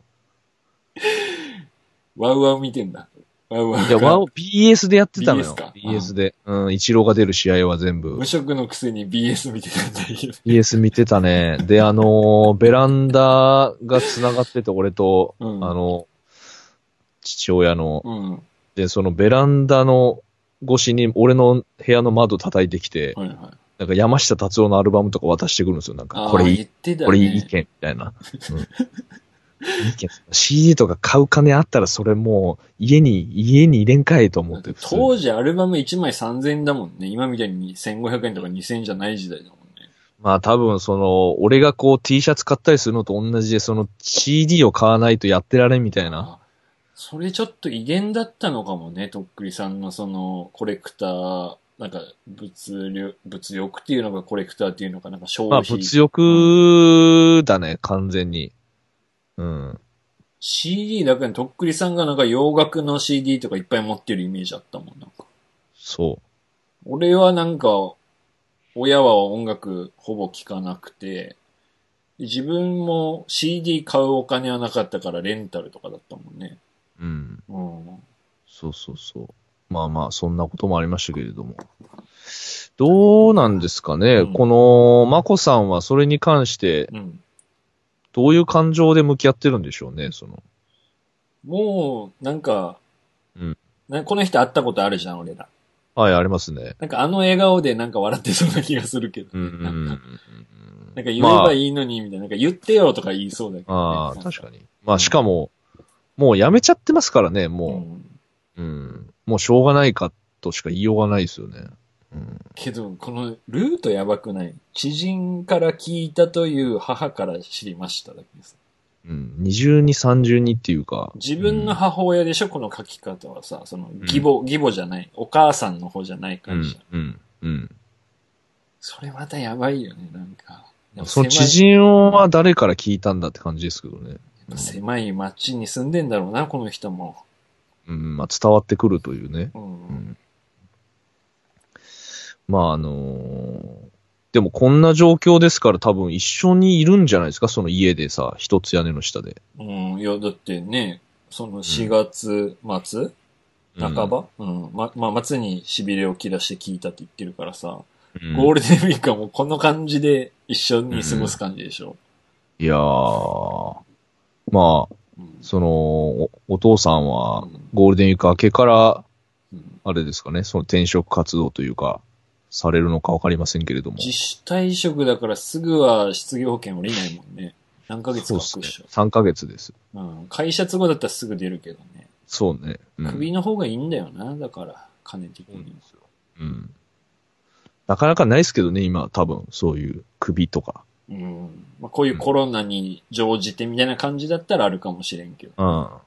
ワウワウ見てんだ。ワウワウ。 いや、BS でやってたのよ。BS で。イチローが出る試合は全部。 無職のくせに BS 見てたんだよ。 BS 見てたね。で、ベランダが繋がってて、俺と、父親の。で、そのベランダの越しに俺の部屋の窓叩いてきて、なんか山下達郎のアルバムとか渡してくるんですよ。なんか、これいい、これいいけん、みたいな。いいけん。CD とか買う金あったらそれもう家に入れんかいと思って。 当時アルバム1枚3000円だもんね。今みたいに1500円とか2000円じゃない時代だもんね。 まあ多分俺がこう T シャツ買ったりするのと同じでCD を買わないとやってられんみたいな。 それちょっと威厳だったのかもね、とっくりさんのコレクター、なんか物欲っていうのがコレクターっていうのかなんか消費。 まあ物欲だね、完全に。 CD だけにとっくりさんがなんか洋楽の CD とかいっぱい持ってるイメージあったもん、なんか。 そう。 俺はなんか、親は音楽ほぼ聴かなくて、自分も CD 買うお金はなかったからレンタルとかだったもんね。 そうそうそう。まあまあ、そんなこともありましたけれども。どうなんですかね、この、まこさんはそれに関して、 どういう感情で向き合ってるんでしょうね、 もう、なんか、 うん。 この人会ったことあるじゃん、俺ら。 はい、ありますね。 なんかあの笑顔でなんか笑ってそうな気がするけど、 うん。 なんか言えばいいのに、みたいな。なんか言ってよとか言いそうだけど、ね。 ああ、確かに。まあしかも、もうやめちゃってますからね、もう。もうしょうがないかとしか言いようがないですよね。 けど、このルートやばくない？知人から聞いたという母から知りましただけです。 二重に三重にっていうか。 自分の母親でしょ、この書き方はさ、義母じゃない。お母さんの方じゃない感じ。それまたやばいよね、なんか。 その知人は誰から聞いたんだって感じですけどね。 狭い町に住んでんだろうな、この人も。 まあ伝わってくるというね。まあでもこんな状況ですから多分一緒にいるんじゃないですか、その家でさ、一つ屋根の下で。 いや、だってね、その4月末、半ば末に痺れを切らして聞いたって言ってるからさ、ゴールデンウィークはもうこの感じで一緒に過ごす感じでしょ。 いやー、まあ、お父さんはゴールデンウィーク明けから、あれですかね、その転職活動というか、されるのかわかりませんけれども。 自主退職だからすぐは失業保険降りないもんね。何ヶ月かかくでしょ。3ヶ月です。 会社都合だったらすぐ出るけどね。 そうね。 首の方がいいんだよな、だから、金的に。 なかなかないですけどね、今多分、そういう首とか。 まあ、こういうコロナに乗じてみたいな感じだったらあるかもしれんけど。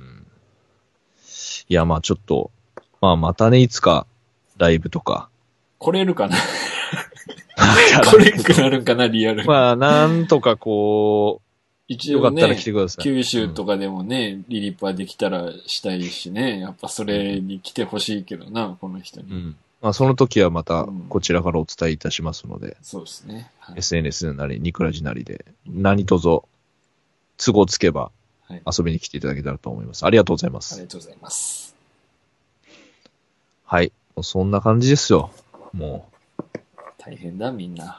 いや、まあちょっと、まあまたね、いつか、ライブとか。 来れるかな来れんくなるんかな、リアル。 まあ、なんとかこう、 一応ね、 よかったら来てください。 九州とかでもね、リリッパーできたらしたいしね、やっぱそれに来てほしいけどな、この人に。 まあ、その時はまた、こちらからお伝えいたしますので。 そうですね。 SNS なり、ニクラジなりで、何卒、都合つけば、遊びに来ていただけたらと思います。ありがとうございます。 ありがとうございます。 はい。そんな感じですよ。もう。 大変だ、みんな。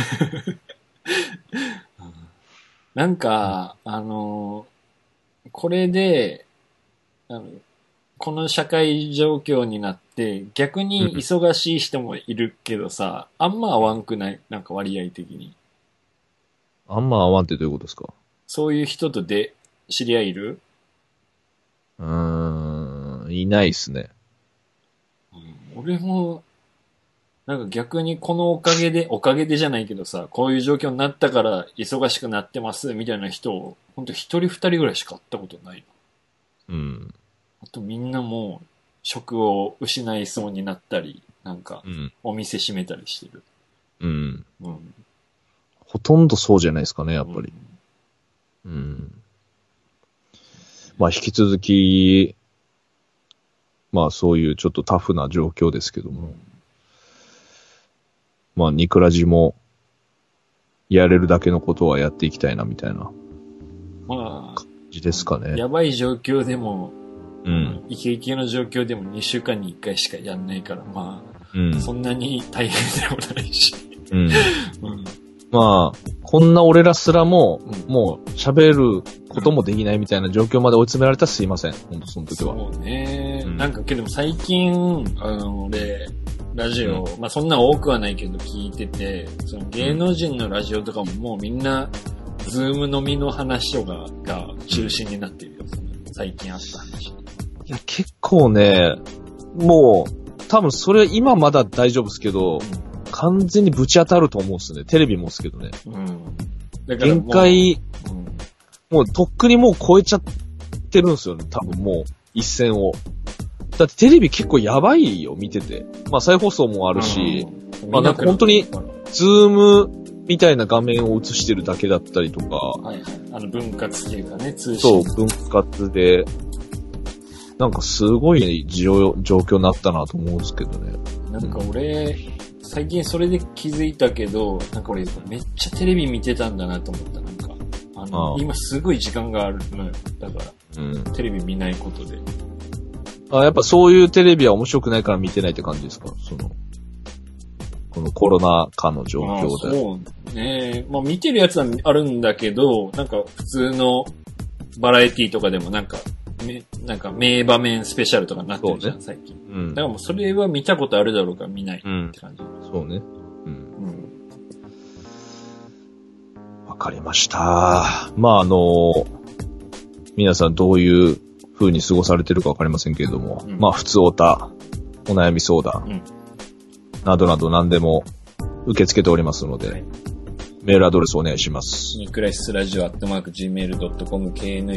なんか、これで、この社会状況になって、逆に忙しい人もいるけどさ、あんま合わんくない？なんか割合的に。 あんま合わんってどういうことですか？ そういう人と知り合いいる？ いないっすね。 俺も、なんか逆にこのおかげでじゃないけどさ、こういう状況になったから忙しくなってますみたいな人を、ほんと一人二人ぐらいしか会ったことないな。あとみんなもう職を失いそうになったり、なんかお店閉めたりしてる。 ほとんどそうじゃないですかね、やっぱり。まあ引き続き、まあそういうちょっとタフな状況ですけども。まあニクラジもやれるだけのことはやっていきたいなみたいな感じですかね。 やばい状況でも、イケイケの状況でも2週間に1回しかやんないから、まあ、そんなに大変でもないし。 まあ、こんな俺らすらも、もう喋ることもできないみたいな状況まで追い詰められたらすいません。本当その時は。 そうね。なんかけど最近、俺、ラジオ、まあそんな多くはないけど聞いてて、その芸能人のラジオとかももうみんな、ズーム飲みの話とかが中心になってるよ。最近あった話。 いや、結構ね、もう、多分それ今まだ大丈夫ですけど、完全にぶち当たると思うんですね。テレビもですけどね。だから限界、もうとっくにもう超えちゃってるんですよね。多分もう一線を。だってテレビ結構やばいよ、見てて。まあ再放送もあるし、まあなんか本当に、ズームみたいな画面を映してるだけだったりとか。 はいはい。分割っていうかね、通信。そう、分割で。なんかすごい状況になったなと思うんですけどね。 なんか俺、最近それで気づいたけど、なんか俺めっちゃテレビ見てたんだなと思った。なんか、今すごい時間があるのよ。だから、テレビ見ないことで。やっぱそういうテレビは面白くないから見てないって感じですか？ このコロナ禍の状況で。 そうね。まあ見てるやつはあるんだけど、なんか普通のバラエティとかでもなんか名場面スペシャルとかになってるじゃん、最近。うん。だからもうそれは見たことあるだろうから見ないって感じ。 そうね。わかりました。まあ皆さんどういう風に過ごされてるかわかりませんけれども、まあ普通お悩み相談、などなど何でも受け付けておりますので、メールアドレスお願いします。 ニクライシスラジオ@gmail.com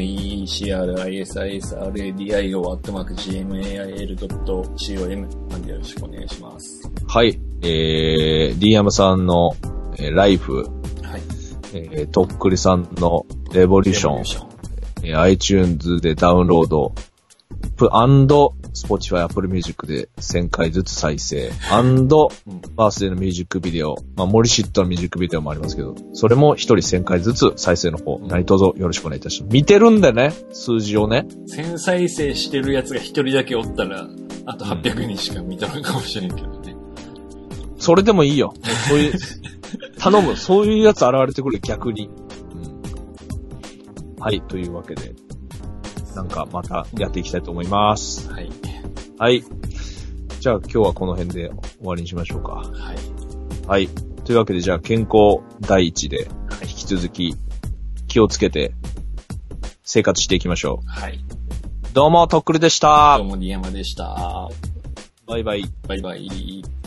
knecrisradio@gmail.com までよろしくお願いします。 はい。DM さんの、ライフ、はい。とっくりさんのレボリューション、iTunes でダウンロード、Spotify、Apple Music で1000回ずつ再生、バースデーのミュージックビデオ、まあ、森シットのミュージックビデオもありますけど、それも1人1000回ずつ再生の方、何卒よろしくお願いいたします。見てるんでね、数字をね。 1000再生してるやつが1人だけおったら、あと800人しか見たのかもしれんけどね。 それでもいいよ。そういう、頼む。そういうやつ現れてくる、逆に。はい、というわけで。なんかまたやっていきたいと思います。 はい。 はい。じゃあ今日はこの辺で終わりにしましょうか。はい。はい。というわけでじゃあ健康第一で引き続き気をつけて生活していきましょう。はい。どうもとっくりでした。 どうもディアマでした。 バイバイ。 バイバイ。